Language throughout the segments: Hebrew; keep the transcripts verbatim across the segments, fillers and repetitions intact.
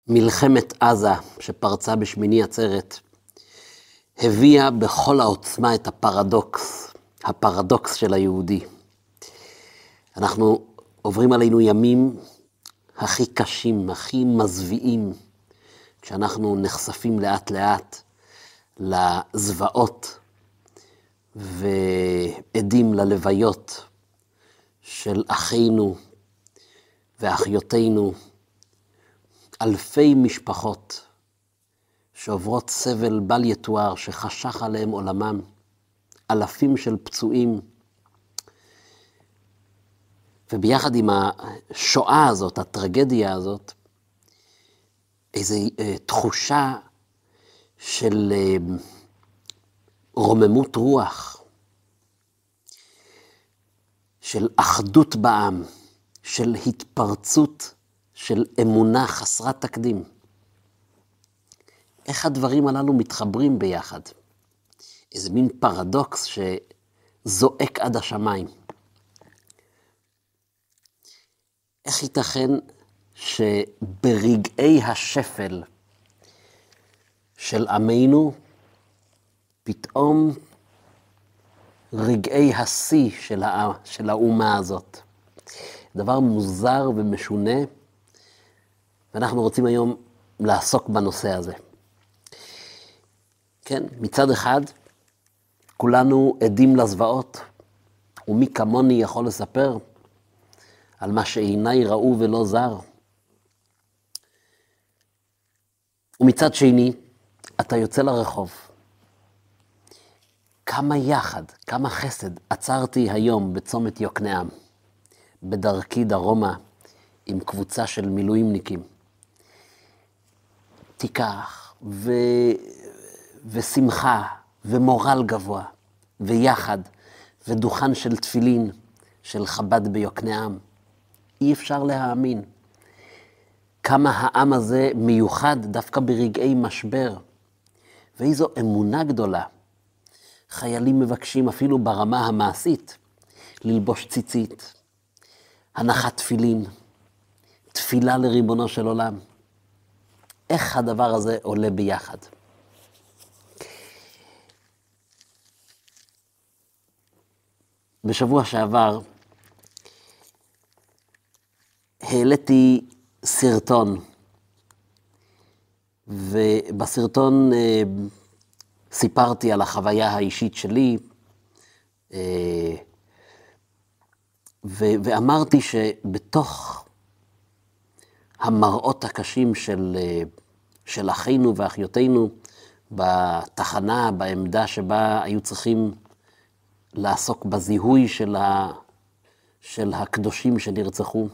מלחמת עזה שפרצה בשמיני עצרת, הביאה בכל העוצמה את הפרדוקס, הפרדוקס של היהודי. אנחנו עוברים עלינו ימים הכי קשים, הכי מזוויעים, כשאנחנו נחשפים לאט לאט לזוועות ועדים ללוויות של אחינו ואחיותינו, אלפי משפחות שעוברות סבל בל יתואר שחשך עליהם עולמם, אלפים של פצועים, וביחד עם השואה הזאת, הטרגדיה הזאת, איזו אה, תחושה של אה, רוממות רוח, של אחדות בעם, של התפרצות, של אמונה חסרת תקדים. איך הדברים הללו מתחברים ביחד? איזה מין פרדוקס שזועק עד השמיים. איך ייתכן שברגעי השפל של עמנו, פתאום רגעי השיא של, הא, של האומה הזאת. דבר מוזר ומשונה, ואנחנו רוצים היום לעסוק בנושא הזה. כן, מצד אחד, כולנו עדים לזוועות, ומי כמוני יכול לספר על מה שעיניי ראו ולא זר. ומצד שני, אתה יוצא לרחוב. כמה יחד, כמה חסד עצרתי היום בצומת יוקנעם, בדרכי דרומה עם קבוצה של מילואימניקים. תיקח ו... ושמחה ומורל גבוה ויחד ודוכן של תפילין של חב"ד ביוקנעם. אי אפשר להאמין כמה העם הזה מיוחד דווקא ברגעי משבר. ואיזו אמונה גדולה. חיילים מבקשים אפילו ברמה המעשית ללבוש ציצית, הנחת תפילין, תפילה לריבונו של עולם. איך הדבר הזה עולה ביחד? בשבוע שעבר העליתי סרטון, ובסרטון אה, סיפרתי על החוויה האישית שלי, אה, ו- ואמרתי שבתוך המראות הקשים של, אה, של אחינו ואחיותינו, בתחנה, בעמדה שבה היו צריכים לעסוק בזיהוי של, ה, של הקדושים שנרצחו,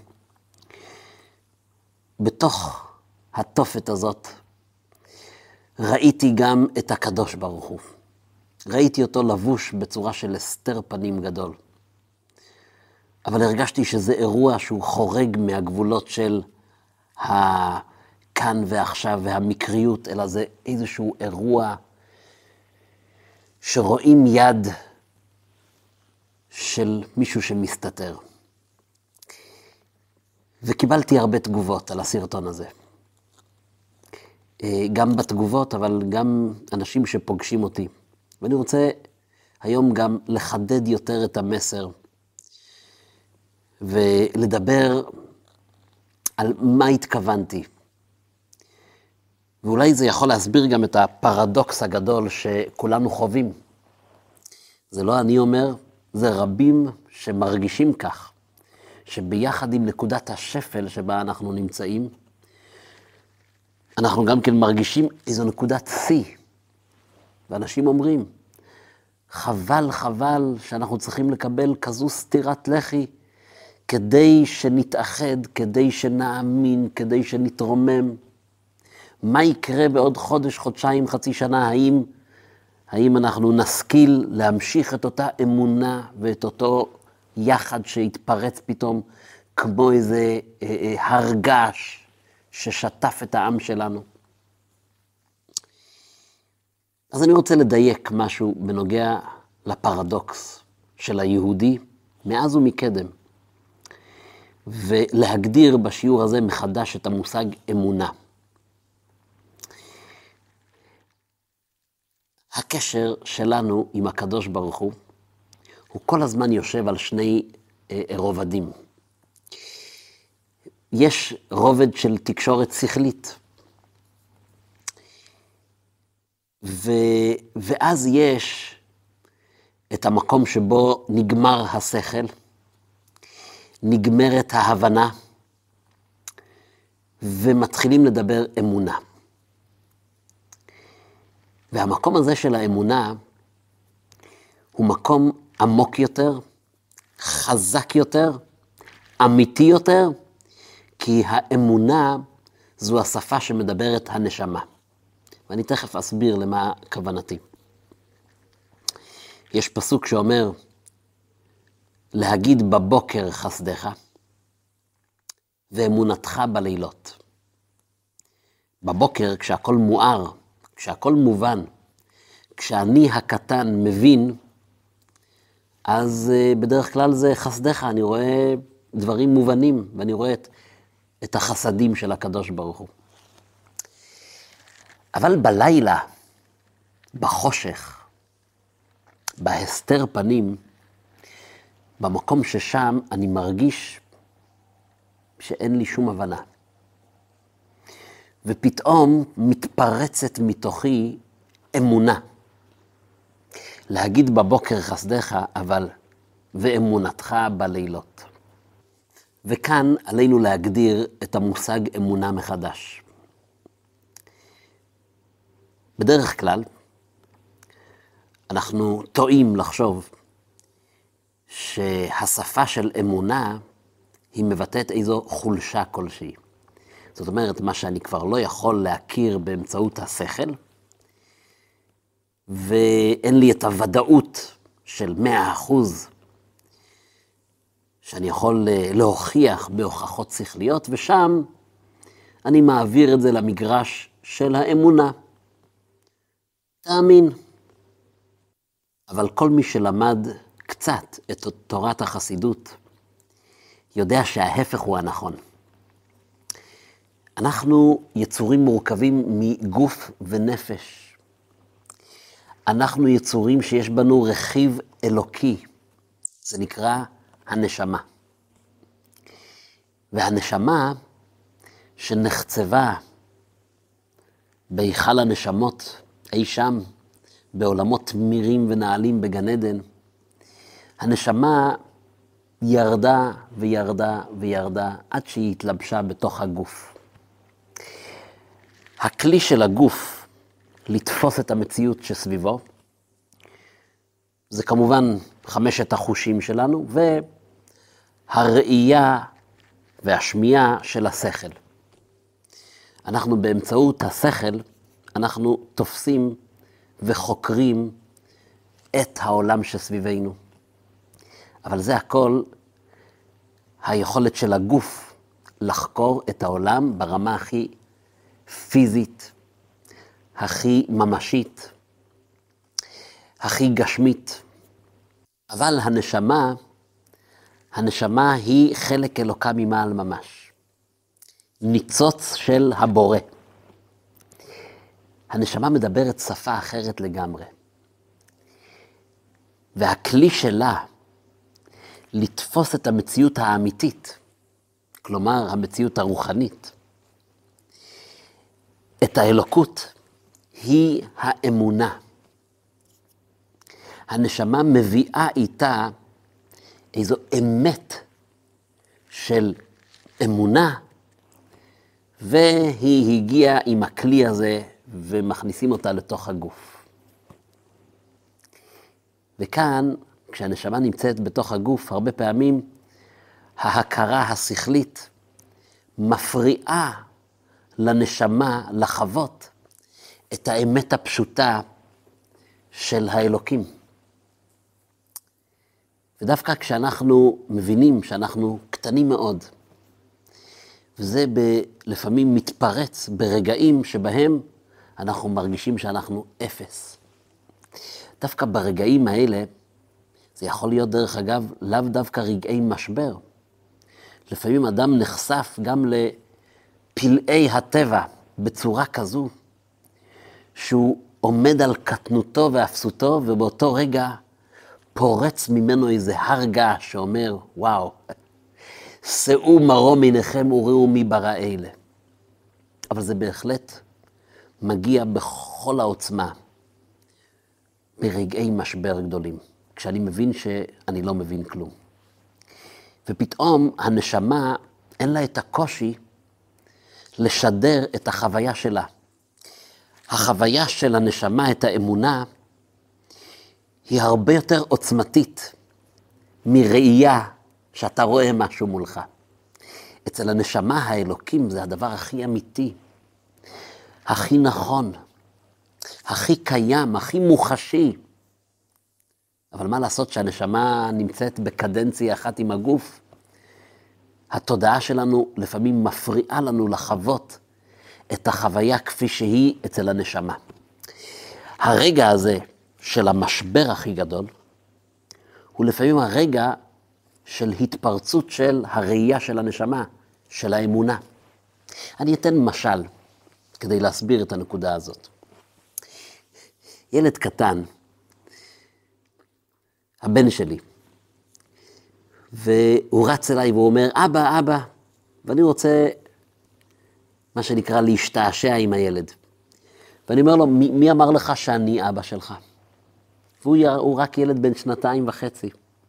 בתוך התופת הזאת, ראיתי גם את הקדוש ברוך הוא. ראיתי אותו לבוש בצורה של הסתר פנים גדול. אבל הרגשתי שזה אירוע שהוא חורג מהגבולות של הכאן ועכשיו והמקריות, אלא זה איזשהו אירוע שרואים יד של מישהו שמסתתר. וקיבלתי הרבה תגובות על הסרטון הזה. גם בתגובות, אבל גם אנשים שפוגשים אותי. ואני רוצה היום גם לחדד יותר את המסר, ולדבר על מה התכוונתי. ואולי זה יכול להסביר גם את הפרדוקס הגדול שכולנו חווים. זה לא אני אומר, זה רבים שמרגישים כך, שביחד עם נקודת השפל שבה אנחנו נמצאים, אנחנו גם כן מרגישים איזו נקודת שיא. ואנשים אומרים, חבל, חבל שאנחנו צריכים לקבל כזו סתירת לחי, כדי שנתאחד, כדי שנאמין, כדי שנתרומם. מה יקרה בעוד חודש, חודשיים, חצי שנה? האם, האם אנחנו נשכיל להמשיך את אותה אמונה ואת אותו יחד שהתפרץ פתאום כמו איזה אה, אה, הרגש ששטף את העם שלנו? אז אני רוצה לדייק משהו בנוגע לפרדוקס של היהודי מאז ומקדם. ולהגדיר בשיעור הזה מחדש את המושג אמונה. הקשר שלנו עם הקדוש ברוך הוא, הוא כל הזמן יושב על שני אה, רובדים. יש רובד של תקשורת שכלית, ו, ואז יש את המקום שבו נגמר השכל, נגמרת ההבנה, ומתחילים לדבר אמונה. והמקום הזה של האמונה הוא מקום עמוק יותר, חזק יותר, אמיתי יותר, כי האמונה זו השפה שמדברת הנשמה. ואני תכף אסביר למה כוונתי. יש פסוק שאומר, להגיד בבוקר חסדך, ואמונתך בלילות. בבוקר, כשהכל מואר, כשהכל מובן, כשאני הקטן מבין, אז בדרך כלל זה חסדך, אני רואה דברים מובנים, ואני רואה את, את החסדים של הקדוש ברוך הוא. אבל בלילה, בחושך, בהסתר פנים, במקום ששם אני מרגיש שאין לי שום הבנה. ופתאום מתפרצת מתוכי אמונה. להגיד בבוקר חסדך, אבל ואמונתך בלילות. וכאן עלינו להגדיר את המושג אמונה מחדש. בדרך כלל, אנחנו טועים לחשוב שהשפה של אמונה היא מבטאת איזו חולשה כלשהי. זאת אומרת, מה שאני כבר לא יכול להכיר באמצעות השכל, ואין לי את הוודאות של מאה אחוז, שאני יכול להוכיח בהוכחות שכליות, ושם אני מעביר את זה למגרש של האמונה. תאמין. אבל כל מי שלמד קצת את תורת החסידות, יודע שההפך הוא הנכון. אנחנו יצורים מורכבים מגוף ונפש. אנחנו יצורים שיש בנו רכיב אלוקי. זה נקרא הנשמה. והנשמה שנחצבה בהיכל הנשמות, אי שם, בעולמות תמירים ונעלים בגן עדן, הנשמה ירדה וירדה וירדה עד שהיא התלבשה בתוך הגוף. הכלי של הגוף לתפוס את המציאות שסביבו, זה כמובן חמשת החושים שלנו, והראייה והשמיעה של השכל. אנחנו באמצעות השכל, אנחנו תופסים וחוקרים את העולם שסביבנו. אבל זה הכל היכולת של הגוף לחקור את העולם ברמה הכי פיזית, הכי ממשית, הכי גשמית. אבל הנשמה, הנשמה היא חלק אלוקה ממעל ממש. ניצוץ של הבורא. הנשמה מדברת שפה אחרת לגמרי. והכלי שלה לתפוס את המציאות האמיתית, כלומר המציאות הרוחנית, את האלוקות, היא האמונה. הנשמה מביאה איתה איזו אמת של אמונה, והיא הגיעה עם הכלי הזה ומכניסים אותה לתוך הגוף. וכאן, כשהנשמה נמצאת בתוך הגוף, הרבה פעמים ההכרה השכלית מפריעה לנשמה לחוות את האמת הפשוטה של האלוקים. ודווקא כשאנחנו מבינים שאנחנו קטנים מאוד, וזה ב- לפעמים מתפרץ ברגעים שבהם אנחנו מרגישים שאנחנו אפס. דווקא ברגעים האלה, זה יכול להיות דרך אגב לאו דווקא רגעי משבר. לפעמים אדם נחשף גם לפלאי הטבע בצורה כזו, שהוא עומד על קטנותו ואפסותו, ובאותו רגע פורץ ממנו איזה הר געש שאומר, וואו, שאו מרום עיניכם וראו מי ברא אלה. אבל זה בהחלט מגיע בכל העוצמה ברגעי משבר גדולים, כשאני מבין שאני לא מבין כלום. ופתאום הנשמה אין לה את הקושי לשדר את החוויה שלה. החוויה של הנשמה, את האמונה, היא הרבה יותר עוצמתית מראייה שאתה רואה משהו מולך. אצל הנשמה האלוקים זה הדבר הכי אמיתי, הכי נכון, הכי קיים, הכי מוחשי. אבל מה לעשות שהנשמה נמצאת בקדנציה אחת עם הגוף? התודעה שלנו לפעמים מפריעה לנו לחוות את החוויה כפי שהיא אצל הנשמה. הרגע הזה של המשבר הכי גדול, הוא לפעמים הרגע של התפרצות של הראייה של הנשמה, של האמונה. אני אתן משל כדי להסביר את הנקודה הזאת. ילד קטן, הבן שלי, והוא רץ אליי והוא אומר, אבא, אבא, ואני רוצה, מה שנקרא, להשתעשע עם הילד. ואני אומר לו, מי, מי אמר לך שאני אבא שלך? והוא הוא רק ילד בן שנתיים וחצי.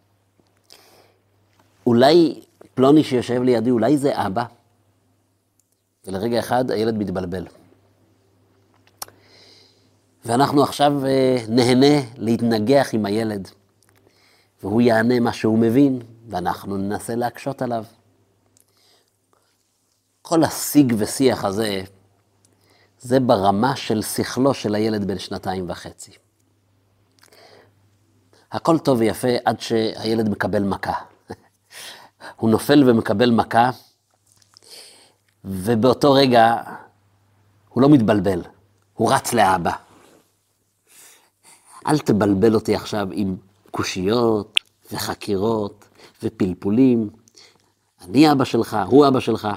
אולי פלוני שיושב לידי, אולי זה אבא? ולרגע אחד הילד מתבלבל. ואנחנו עכשיו נהנה להתנגח עם הילד. והוא יענה מה שהוא מבין, ואנחנו ננסה להקשות עליו. כל השיג ושיח הזה, זה ברמה של שכלו של הילד בן שנתיים וחצי. הכל טוב ויפה עד שהילד מקבל מכה. הוא נופל ומקבל מכה, ובאותו רגע הוא לא מתבלבל, הוא רץ לאבא. אל תבלבל אותי עכשיו עם קושיות וחקירות ופלפולים. אני אבא שלך, הוא אבא שלך.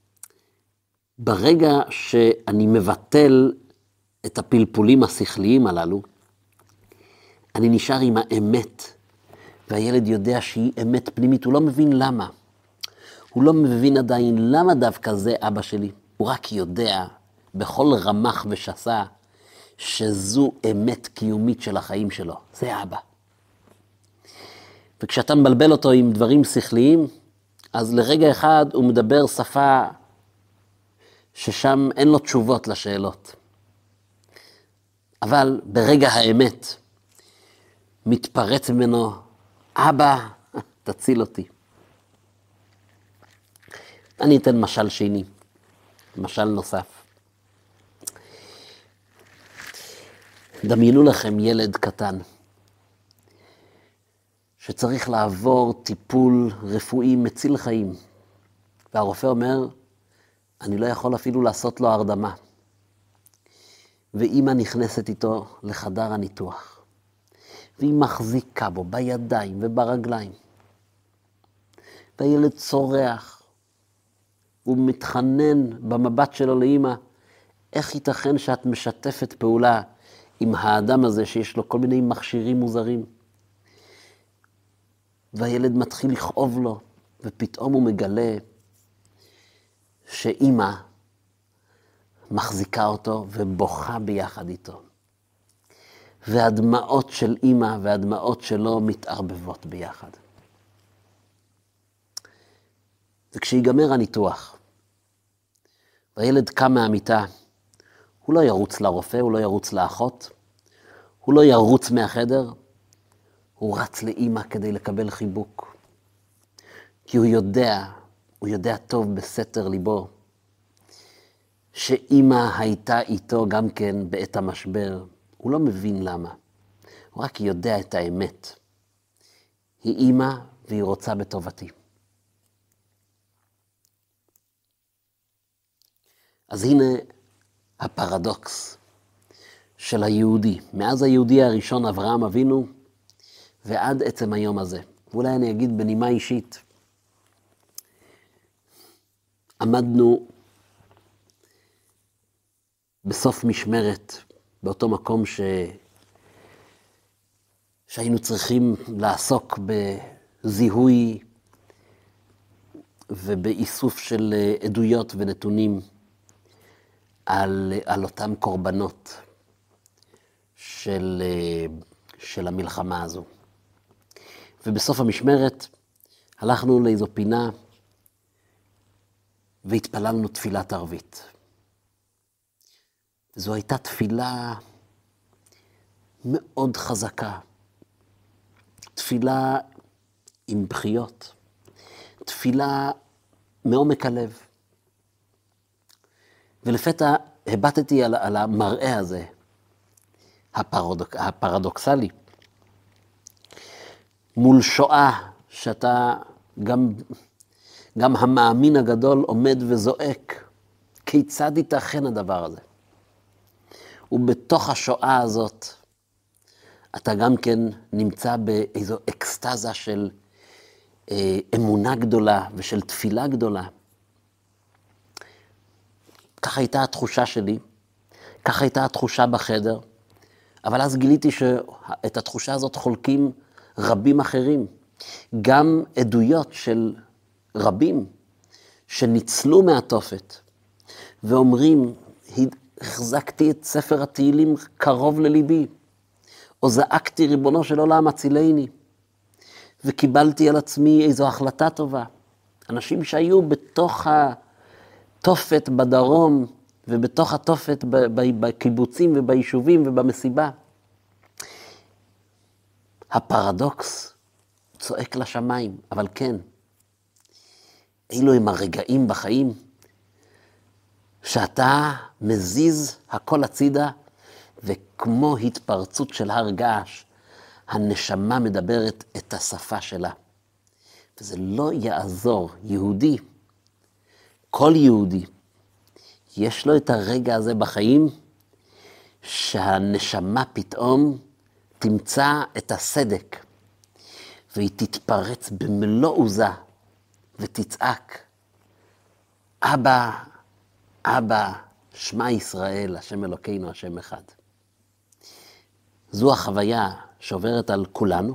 ברגע שאני מבטל את הפלפולים השכליים הללו, אני נשאר עם האמת, והילד יודע שהיא אמת פנימית, הוא לא מבין למה. הוא לא מבין עדיין למה דווקא זה אבא שלי. הוא רק יודע בכל רמח ושסה שזו אמת קיומית של החיים שלו. זה אבא. וכשאתה מבלבל אותו עם דברים שכליים, אז לרגע אחד הוא מדבר שפה ששם אין לו תשובות לשאלות. אבל ברגע האמת מתפרץ ממנו, אבא, תציל אותי. אני אתן משל שני, משל נוסף. דמיינו לכם ילד קטן, שצריך לעבור טיפול רפואי מציל חיים. והרופא אומר, אני לא יכול אפילו לעשות לו הרדמה. ואמא נכנסת איתו לחדר הניתוח. והיא מחזיקה בו בידיים וברגליים. והילד צורח. הוא מתחנן במבט שלו לאמא, איך ייתכן שאת משתפת פעולה עם האדם הזה שיש לו כל מיני מכשירים מוזרים. והילד מתחיל לכאוב לו, ופתאום הוא מגלה שאמא מחזיקה אותו ובוכה ביחד איתו. והדמעות של אמא והדמעות שלו מתערבבות ביחד. וכשיגמר הניתוח, והילד קם מהמיטה, הוא לא ירוץ לרופא, הוא לא ירוץ לאחות, הוא לא ירוץ מהחדר, הוא רץ לאמא כדי לקבל חיבוק. כי הוא יודע, הוא יודע טוב בסתר ליבו, שאמא הייתה איתו גם כן בעת המשבר. הוא לא מבין למה, הוא רק יודע את האמת. היא אמא והיא רוצה בטובתי. אז הנה הפרדוקס של היהודי, מאז היהודי הראשון אברהם אבינו, ועד עצם היום הזה. ואולי אני אגיד בנימה אישית, עמדנו בסוף משמרת באותו מקום ש... שהיינו צריכים לעסוק בזיהוי ובאיסוף של עדויות ונתונים על, על אותם קורבנות של, של המלחמה הזו. ובסוף המשמרת הלכנו לאיזו פינה והתפללנו תפילת ערבית. וזו הייתה תפילה מאוד חזקה. תפילה עם בחיות. תפילה מעומק הלב. ולפתע הבטתי על, על המראה הזה, הפרדוק, הפרדוקסלי, מול שואה שאתה גם, גם המאמין הגדול עומד וזועק, כיצד ייתכן הדבר הזה? ובתוך השואה הזאת, אתה גם כן נמצא באיזו אקסטזה של אה, אמונה גדולה ושל תפילה גדולה. ככה הייתה התחושה שלי, ככה הייתה התחושה בחדר, אבל אז גיליתי שאת התחושה הזאת חולקים רבים אחרים. גם עדויות של רבים שניצלו מהתופת ואומרים, החזקתי את ספר התהילים קרוב לליבי, או זעקתי ריבונו של עולם הצילני, וקיבלתי על עצמי איזו החלטה טובה. אנשים שהיו בתוך התופת בדרום, ובתוך התופת בקיבוצים וביישובים ובמסיבה. הפרדוקס צועק לשמיים, אבל כן, אילו הם הרגעים בחיים, שאתה מזיז הכל הצידה, וכמו התפרצות של הר געש, הנשמה מדברת את השפה שלה. וזה לא יעזור. יהודי, כל יהודי, יש לו את הרגע הזה בחיים, שהנשמה פתאום תמצא את הסדק, והיא תתפרץ במלוא עוזה, ותצעק, אבא, אבא, שמע ישראל, השם אלוקינו, השם אחד. זו החוויה שעוברת על כולנו,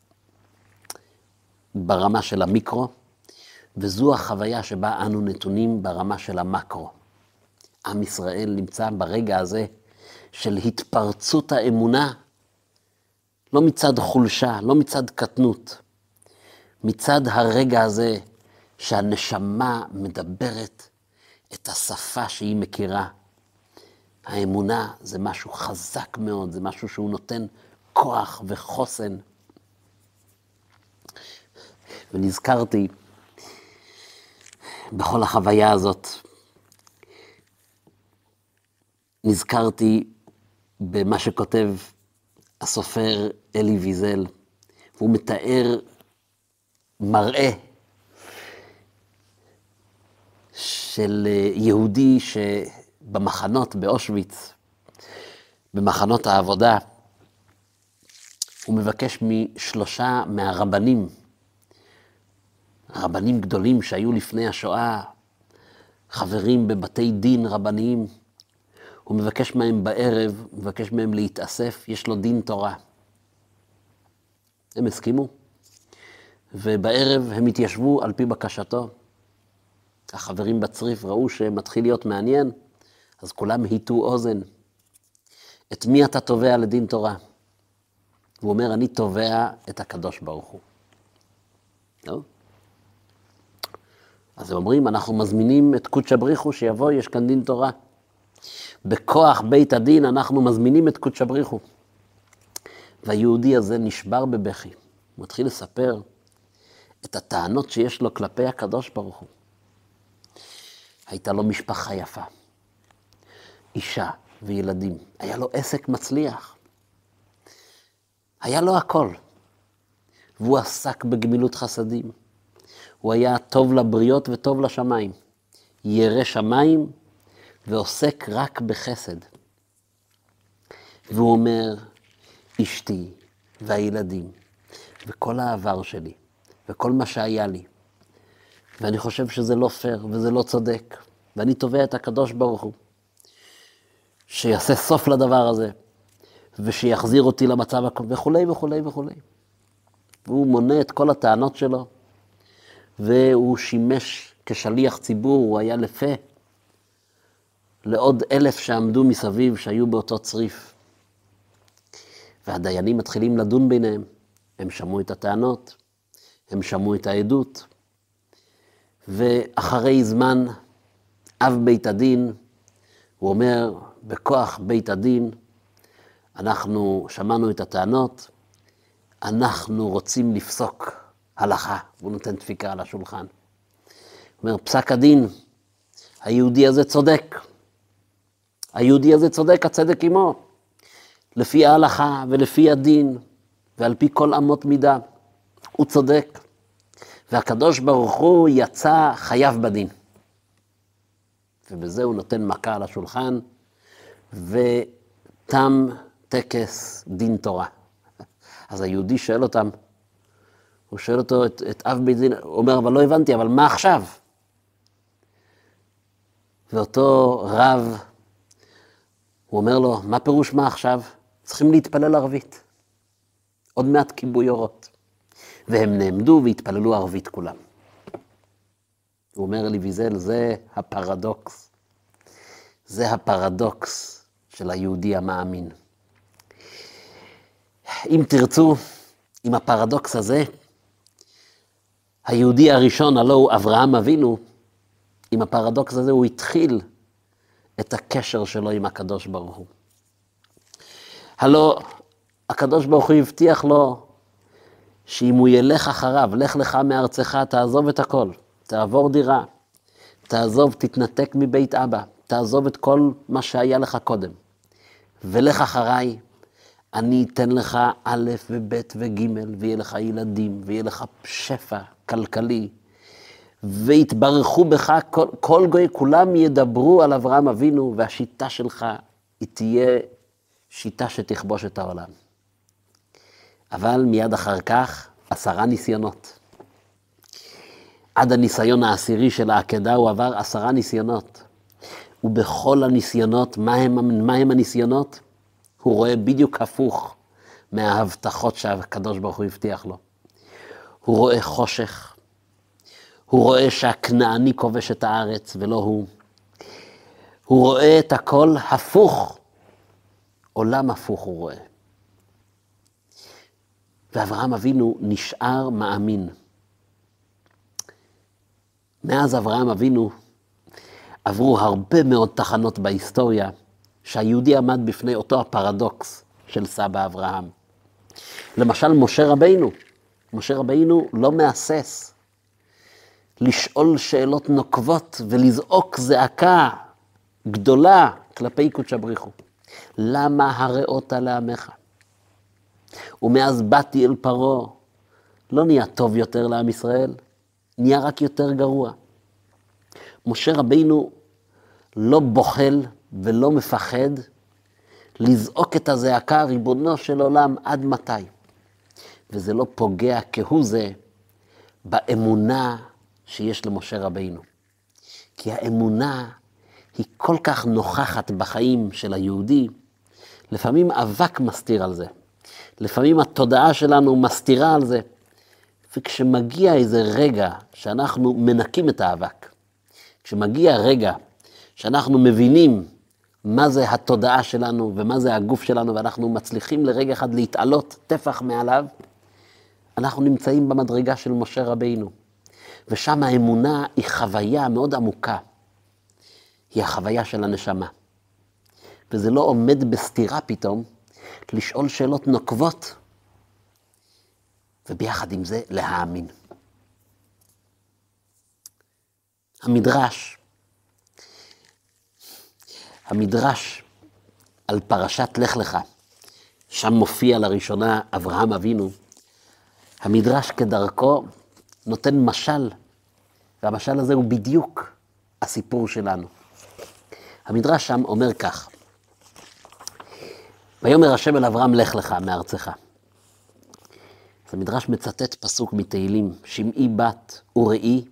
ברמה של המיקרו, וזו החוויה שבה אנו נתונים ברמה של המקרו. עם ישראל נמצא ברגע הזה של התפרצות האמונה, לא מצד חולשה, לא מצד קטנות, מצד הרגע הזה שהנשמה מדברת את השפה שהיא מכירה. האמונה זה משהו חזק מאוד, זה משהו שהוא נותן כוח וחוסן. ונזכרתי בכל החוויה הזאת, נזכרתי במה שכותב הסופר אלי ויזל, והוא מתאר מראה של יהודי שבמחנות באושוויץ, במחנות העבודה, הוא מבקש משלושה מהרבנים, רבנים גדולים שהיו לפני השואה, חברים בבתי דין רבניים, הוא מבקש מהם בערב, הוא מבקש מהם להתאסף, יש לו דין תורה. הם הסכימו, ובערב הם התיישבו על פי בקשתו. החברים בצריף ראו שמתחיל להיות מעניין, אז כולם היטו אוזן. את מי אתה תובע לדין תורה? הוא אומר, אני תובע את הקדוש ברוך הוא. לא? אז הם אומרים, אנחנו מזמינים את קודש הבריחו שיבוא, יש כאן דין תורה. בכוח בית הדין אנחנו מזמינים את קודש הבריחו. והיהודי הזה נשבר בבכי. הוא מתחיל לספר את הטענות שיש לו כלפי הקדוש ברוך הוא. הייתה לו משפחה יפה, אישה וילדים. היה לו עסק מצליח. היה לו הכל. והוא עסק בגמילות חסדים. הוא היה טוב לבריות וטוב לשמיים. ירא שמיים ועוסק רק בחסד. והוא אומר, אשתי והילדים וכל העבר שלי וכל מה שהיה לי, ואני חושב שזה לא פייר וזה לא צודק, ואני תובע את הקדוש ברוך הוא, שיעשה סוף לדבר הזה, ושיחזיר אותי למצב וכולי וכולי וכולי. והוא מונה את כל הטענות שלו, והוא שימש כשליח ציבור, הוא היה לפה לעוד אלף שעמדו מסביב, שהיו באותו צריף. והדיינים מתחילים לדון ביניהם, הם שמעו את הטענות, הם שמעו את העדות, ואחרי זמן, אב בית הדין, הוא אומר, בכוח בית הדין, אנחנו שמענו את הטענות, אנחנו רוצים לפסוק הלכה, והוא נותן דפיקה על השולחן. הוא אומר, פסק הדין, היהודי הזה צודק, היהודי הזה צודק, הצדק עמו, לפי ההלכה ולפי הדין, ועל פי כל אמות מידה, הוא צודק, והקדוש ברוך הוא יצא חייב בדין. ובזה הוא נותן מכה על השולחן, ותם טקס דין תורה. אז היהודי שואל אותם, הוא שואל אותו, את, את אב בית דין, הוא אומר, אבל לא הבנתי, אבל מה עכשיו? ואותו רב, הוא אומר לו, מה פירוש מה עכשיו? צריכים להתפלל ערבית. עוד מעט כיבוי אורות. והם נעמדו והתפללו ערבית כולם. הוא אומר לי, ויזל, זה הפרדוקס. זה הפרדוקס של היהודי המאמין. אם תרצו, עם הפרדוקס הזה, היהודי הראשון, הלא הוא אברהם אבינו, עם הפרדוקס הזה הוא התחיל את הקשר שלו עם הקדוש ברוך הוא. הלא הקדוש ברוך הוא הבטיח לו, שאם הוא ילך אחריו, לך לך מארצך, תעזוב את הכל, תעבור דירה, תעזוב, תתנתק מבית אבא, תעזוב את כל מה שהיה לך קודם, ולך אחריי, אני אתן לך א' וב' וג' ויהיה לך ילדים, ויהיה לך שפע כלכלי, והתברכו בך כל, כל גוי, כולם ידברו על אברהם אבינו, והשיטה שלך היא תהיה שיטה שתכבוש את העולם. אבל מיד אחר כך, עשרה ניסיונות. עד הניסיון העשירי של העקדה הוא עבר עשרה ניסיונות. ובכל הניסיונות, מה הם, מה הם הניסיונות? הוא רואה בדיוק הפוך מההבטחות שהקדוש ברוך הוא הבטיח לו. הוא רואה חושך. הוא רואה שהכנעני כובש את הארץ ולא הוא. הוא רואה את הכל הפוך. עולם הפוך הוא רואה. ואברהם אבינו נשאר מאמין. מאז אברהם אבינו עברו הרבה מאוד תחנות בהיסטוריה, שהיהודי עמד בפני אותו הפרדוקס של סבא אברהם. למשל משה רבינו, משה רבינו לא מהסס לשאול שאלות נוקבות ולזעוק זעקה גדולה כלפי קודש הבריך הוא. למה הראות לעמך? ומאז באתי אל פרעה, לא נהיה טוב יותר לעם ישראל, נהיה רק יותר גרוע. משה רבינו לא בוחל ולא מפחד לזעוק את הזעקה, ריבונו של עולם, עד מתי? וזה לא פוגע כהוא זה באמונה שיש למשה רבינו. כי האמונה היא כל כך נוכחת בחיים של היהודי, לפעמים אבק מסתיר על זה. לפעמים התודעה שלנו מסתירה על זה. וכשמגיע איזה רגע שאנחנו מנקים את האבק, כשמגיע רגע שאנחנו מבינים מה זה התודעה שלנו ומה זה הגוף שלנו, ואנחנו מצליחים לרגע אחד להתעלות טפח מעליו, אנחנו נמצאים במדרגה של משה רבינו. ושם האמונה היא חוויה מאוד עמוקה. היא החוויה של הנשמה. וזה לא עומד בסתירה פתאום, לשאול שאלות נוקבות, וביחד עם זה להאמין. המדרש, המדרש על פרשת לך לך, שם מופיע לראשונה אברהם אבינו, המדרש כדרכו נותן משל, והמשל הזה הוא בדיוק הסיפור שלנו. המדרש שם אומר כך, ויאמר השם אל אברהם לך לך מארצך. אז המדרש מצטט פסוק מתהילים, שמעי בת וראי,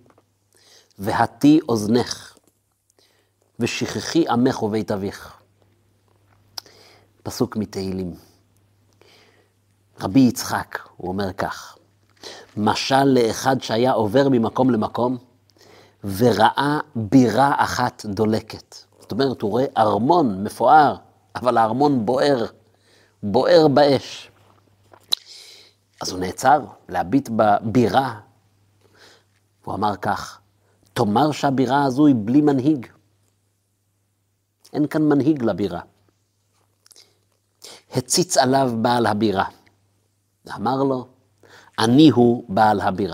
והטי אוזנך, ושכחי עמך ובית אביך. פסוק מתהילים. רבי יצחק, הוא אומר כך, משל לאחד שהיה עובר ממקום למקום, וראה בירה אחת דולקת. זאת אומרת, הוא רואה ארמון מפואר, אבל הארמון בוער, בוער באש. אז הוא נעצר להביט בבירה, הוא אמר כך, תאמר שהבירה הזו היא בלי מנהיג. אין כאן מנהיג לבירה. הציץ עליו בעל הבירה, ואמר לו, אני הוא בעל הבירה.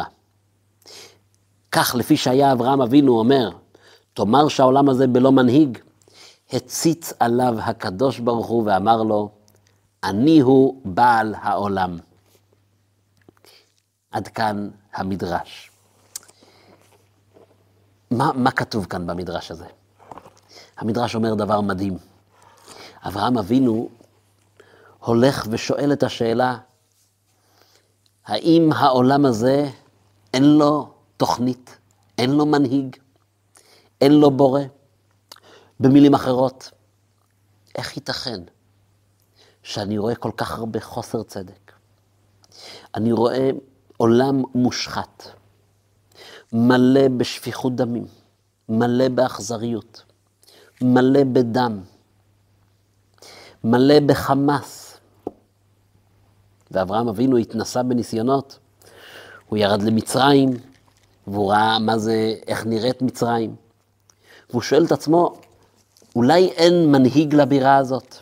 כך לפי שהיה אברהם אבינו אומר, תאמר שהעולם הזה בלא מנהיג, הציץ עליו הקדוש ברוך הוא ואמר לו, אני הוא בעל העולם. עד כאן המדרש. מה, מה כתוב כאן במדרש הזה? המדרש אומר דבר מדהים. אברהם אבינו הולך ושואל את השאלה, האם העולם הזה אין לו תוכנית, אין לו מנהיג, אין לו בורא? במילים אחרות, איך ייתכן שאני רואה כל כך הרבה חוסר צדק? אני רואה עולם מושחת, מלא בשפיכות דמים, מלא באכזריות, מלא בדם, מלא בחמאס. ואברהם אבינו התנסה בניסיונות, הוא ירד למצרים, והוא ראה מה זה, איך נראית מצרים. והוא שואל את עצמו, אולי אין מנהיג לבירה הזאת?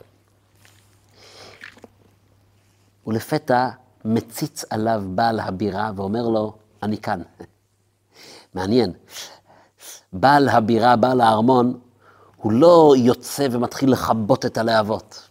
ולפתע מציץ עליו בעל הבירה ואומר לו, אני כאן. מעניין. בעל הבירה, בעל הארמון, הוא לא יוצא ומתחיל לחבות את הלהבות.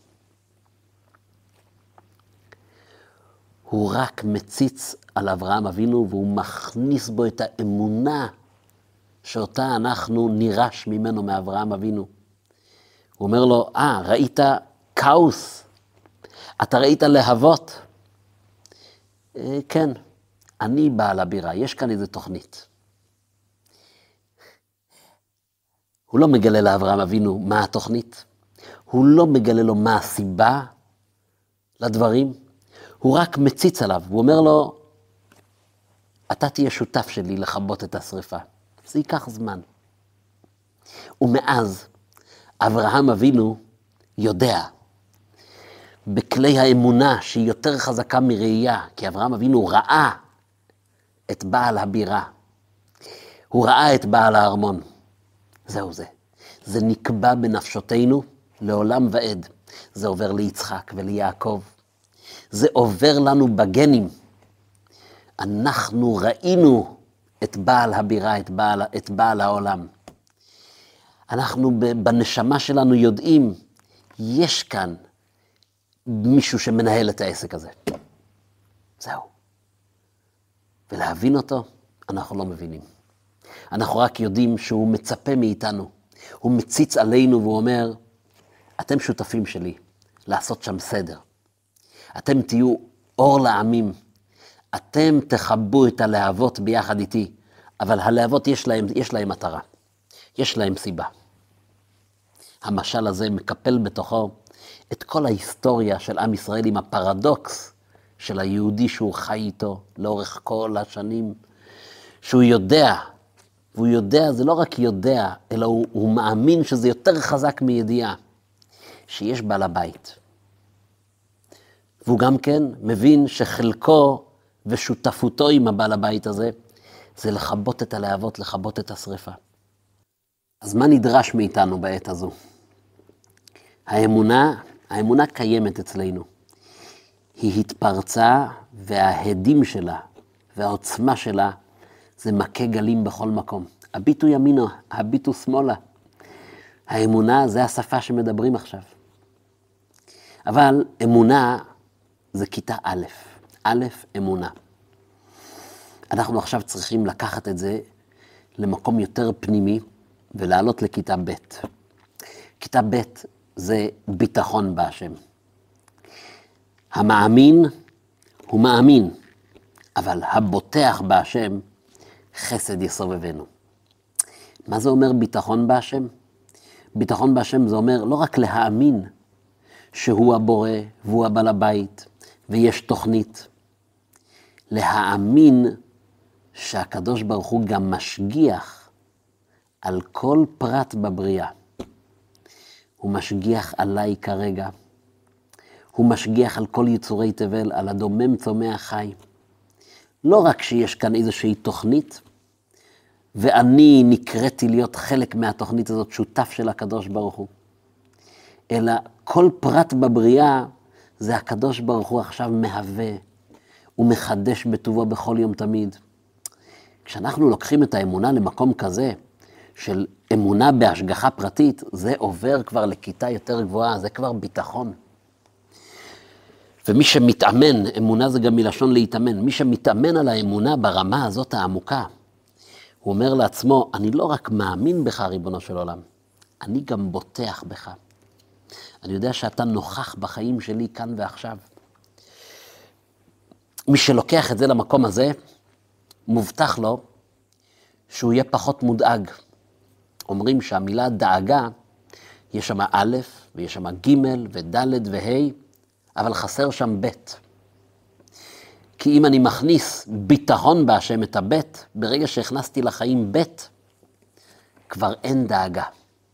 הוא רק מציץ על אברהם אבינו והוא מכניס בו את האמונה שאותה אנחנו נירש ממנו מאברהם אבינו. הוא אומר לו, אה, ראית כאוס? אתה ראית להבות? אה, כן, אני בעל הבירה, יש כאן איזו תוכנית. הוא לא מגלה לאברהם אבינו מה התוכנית, הוא לא מגלה לו מה הסיבה לדברים, הוא רק מציץ עליו, הוא אומר לו, אתה תהיה שותף שלי לכבות את השריפה. זה ייקח זמן. ומאז אברהם אבינו יודע, בכלי האמונה שהיא יותר חזקה מראייה, כי אברהם אבינו ראה את בעל הבירה, הוא ראה את בעל הארמון. זהו זה. זה נקבע בנפשותינו לעולם ועד. זה עובר ליצחק וליעקב. זה עובר לנו בגנים. אנחנו ראינו את בעל הבירה, את בעל, את בעל העולם. אנחנו בנשמה שלנו יודעים, יש כאן מישהו שמנהל את העסק הזה. זהו. ולהבין אותו, אנחנו לא מבינים. אנחנו רק יודעים שהוא מצפה מאיתנו. הוא מציץ עלינו והוא אומר, אתם שותפים שלי לעשות שם סדר. אתם תהיו אור לעמים. אתם תחבו את הלהבות ביחד איתי. אבל הלהבות יש להם, יש להם מטרה. יש להם סיבה. המשל הזה מקפל בתוכו את כל ההיסטוריה של עם ישראל עם הפרדוקס של היהודי שהוא חי איתו לאורך כל השנים. שהוא יודע, והוא יודע, זה לא רק יודע, אלא הוא, הוא מאמין שזה יותר חזק מידיעה, שיש בעל הבית. והוא גם כן מבין שחלקו ושותפותו עם הבעל הבית הזה, זה לחבות את הלהבות, לחבות את השריפה. אז מה נדרש מאיתנו בעת הזו? האמונה, האמונה קיימת אצלנו. היא התפרצה וההדים שלה והעוצמה שלה זה מכה גלים בכל מקום. הביטו ימינו, הביטו שמאלה. האמונה זה השפה שמדברים עכשיו. אבל אמונה זה כיתה א', א' אמונה. אנחנו עכשיו צריכים לקחת את זה למקום יותר פנימי ולעלות לכיתה ב'. כיתה ב' זה ביטחון בהשם. המאמין הוא מאמין, אבל הבוטח בהשם חסד יסובבנו. מה זה אומר ביטחון בהשם? ביטחון בהשם זה אומר לא רק להאמין שהוא הבורא והוא הבעל הבית, ויש תוכנית. להאמין שהקדוש ברוך הוא גם משגיח על כל פרט בבריאה. הוא משגיח עליי כרגע. הוא משגיח על כל יצורי תבל, על הדומם צומח חי. לא רק שיש כאן איזושהי תוכנית, ואני נקראתי להיות חלק מהתוכנית הזאת, שותף של הקדוש ברוך הוא, אלא כל פרט בבריאה זה הקדוש ברוך הוא עכשיו מהווה, הוא מחדש בטובו בכל יום תמיד. כשאנחנו לוקחים את האמונה למקום כזה, של אמונה בהשגחה פרטית, זה עובר כבר לכיתה יותר גבוהה, זה כבר ביטחון. ומי שמתאמן, אמונה זה גם מלשון להתאמן, מי שמתאמן על האמונה ברמה הזאת העמוקה, הוא אומר לעצמו, אני לא רק מאמין בך, ריבונו של עולם, אני גם בוטח בך. אני יודע שאתה נוכח בחיים שלי כאן ועכשיו. מי שלוקח את זה למקום הזה, מובטח לו שהוא יהיה פחות מודאג. אומרים שהמילה דאגה, יש שם א' ויש שם ג' וד' וה', אבל חסר שם ב'. כי אם אני מכניס ביטחון בהשם את הב', ברגע שהכנסתי לחיים ב', כבר אין דאגה.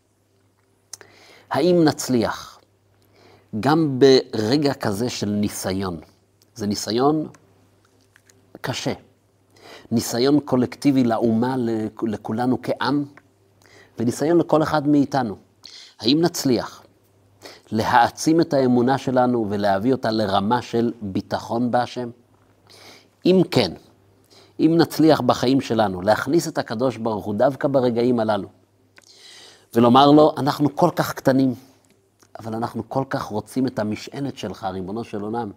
האם נצליח? גם ברגע כזה של ניסיון. זה ניסיון קשה. ניסיון קולקטיבי לאומה, לכולנו כעם, וניסיון לכל אחד מאיתנו. האם נצליח להעצים את האמונה שלנו ולהביא אותה לרמה של ביטחון בהשם? אם כן, אם נצליח בחיים שלנו להכניס את הקדוש ברוך הוא דווקא ברגעים הללו, ולומר לו, אנחנו כל כך קטנים, אבל אנחנו כל כך רוצים את המשענת שלך, ריבונו של עולם.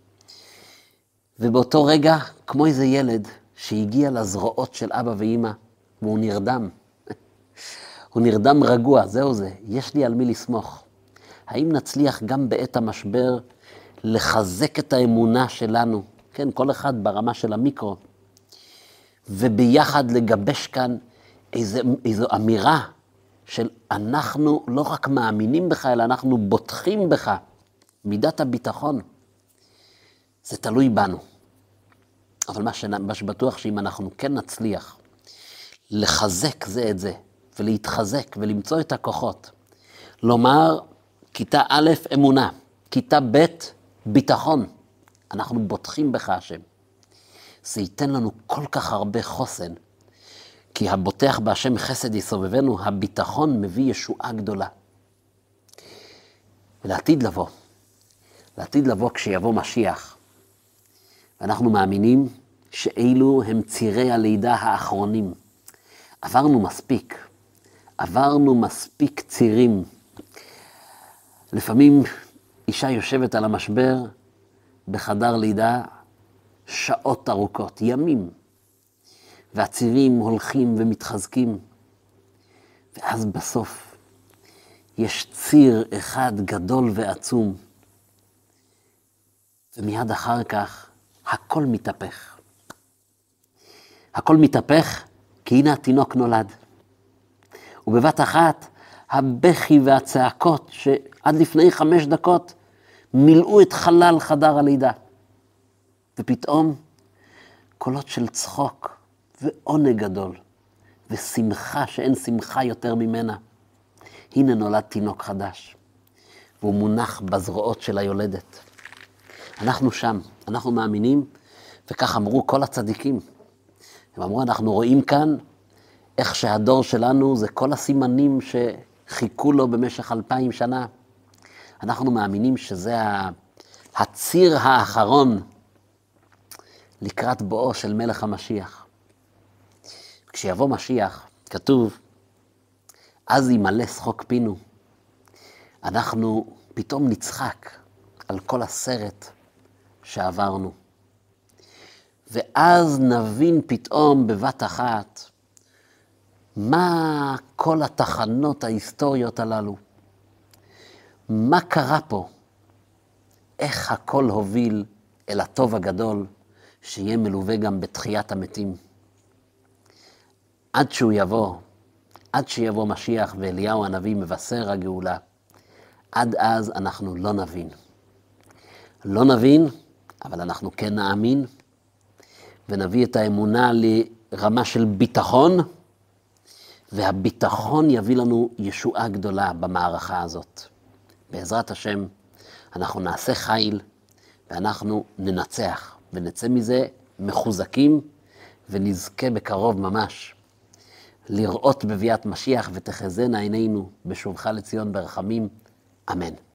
ובאותו רגע, כמו איזה ילד שהגיע לזרועות של אבא ואמא, והוא נרדם. הוא נרדם רגוע, זהו זה, יש לי על מי לסמוך. האם נצליח גם בעת המשבר לחזק את האמונה שלנו, כן, כל אחד ברמה של המיקרו, וביחד לגבש כאן איזו, איזו אמירה של אנחנו לא רק מאמינים בך, אלא אנחנו בוטחים בך. מידת הביטחון, זה תלוי בנו. אבל מה, ש... מה שבטוח שאם אנחנו כן נצליח לחזק זה את זה, ולהתחזק ולמצוא את הכוחות, לומר כיתה א' אמונה, כיתה ב' ביטחון, אנחנו בוטחים בך השם. זה ייתן לנו כל כך הרבה חוסן, כי הבוטח בהשם חסד יסובבנו, הביטחון מביא ישועה גדולה. ולעתיד לבוא, לעתיד לבוא כשיבוא משיח, ואנחנו מאמינים שאלו הם צירי הלידה האחרונים. עברנו מספיק, עברנו מספיק צירים. לפעמים אישה יושבת על המשבר בחדר לידה שעות ארוכות, ימים, והצירים הולכים ומתחזקים, ואז בסוף יש ציר אחד גדול ועצום, ומיד אחר כך הכל מתהפך. הכל מתהפך כי הנה התינוק נולד. ובבת אחת הבכי והצעקות שעד לפני חמש דקות מילאו את חלל חדר הלידה. ופתאום קולות של צחוק ועונג גדול ושמחה שאין שמחה יותר ממנה. הנה נולד תינוק חדש והוא מונח בזרועות של היולדת. אנחנו שם, אנחנו מאמינים, וכך אמרו כל הצדיקים. הם אמרו, אנחנו רואים כאן איך שהדור שלנו זה כל הסימנים שחיכו לו במשך אלפיים שנה. אנחנו מאמינים שזה הציר האחרון לקראת בואו של מלך המשיח. כשיבוא משיח, כתוב, אז ימלא שחוק פינו. אנחנו פתאום נצחק על כל הסרט שעברנו. ואז נבין פתאום בבת אחת מה כל התחנות ההיסטוריות הללו. מה קרה פה? איך הכל הוביל אל הטוב הגדול שיהיה מלווה גם בתחיית המתים. עד שהוא יבוא, עד שיבוא משיח ואליהו הנביא מבשר הגאולה, עד אז אנחנו לא נבין. לא נבין, אבל אנחנו כן נאמין, ונביא את האמונה לרמה של ביטחון, והביטחון יביא לנו ישועה גדולה במערכה הזאת. בעזרת השם, אנחנו נעשה חיל, ואנחנו ננצח, ונצא מזה מחוזקים, ונזכה בקרוב ממש לראות בביאת משיח, ותחזינה עינינו בשובך לציון ברחמים. אמן.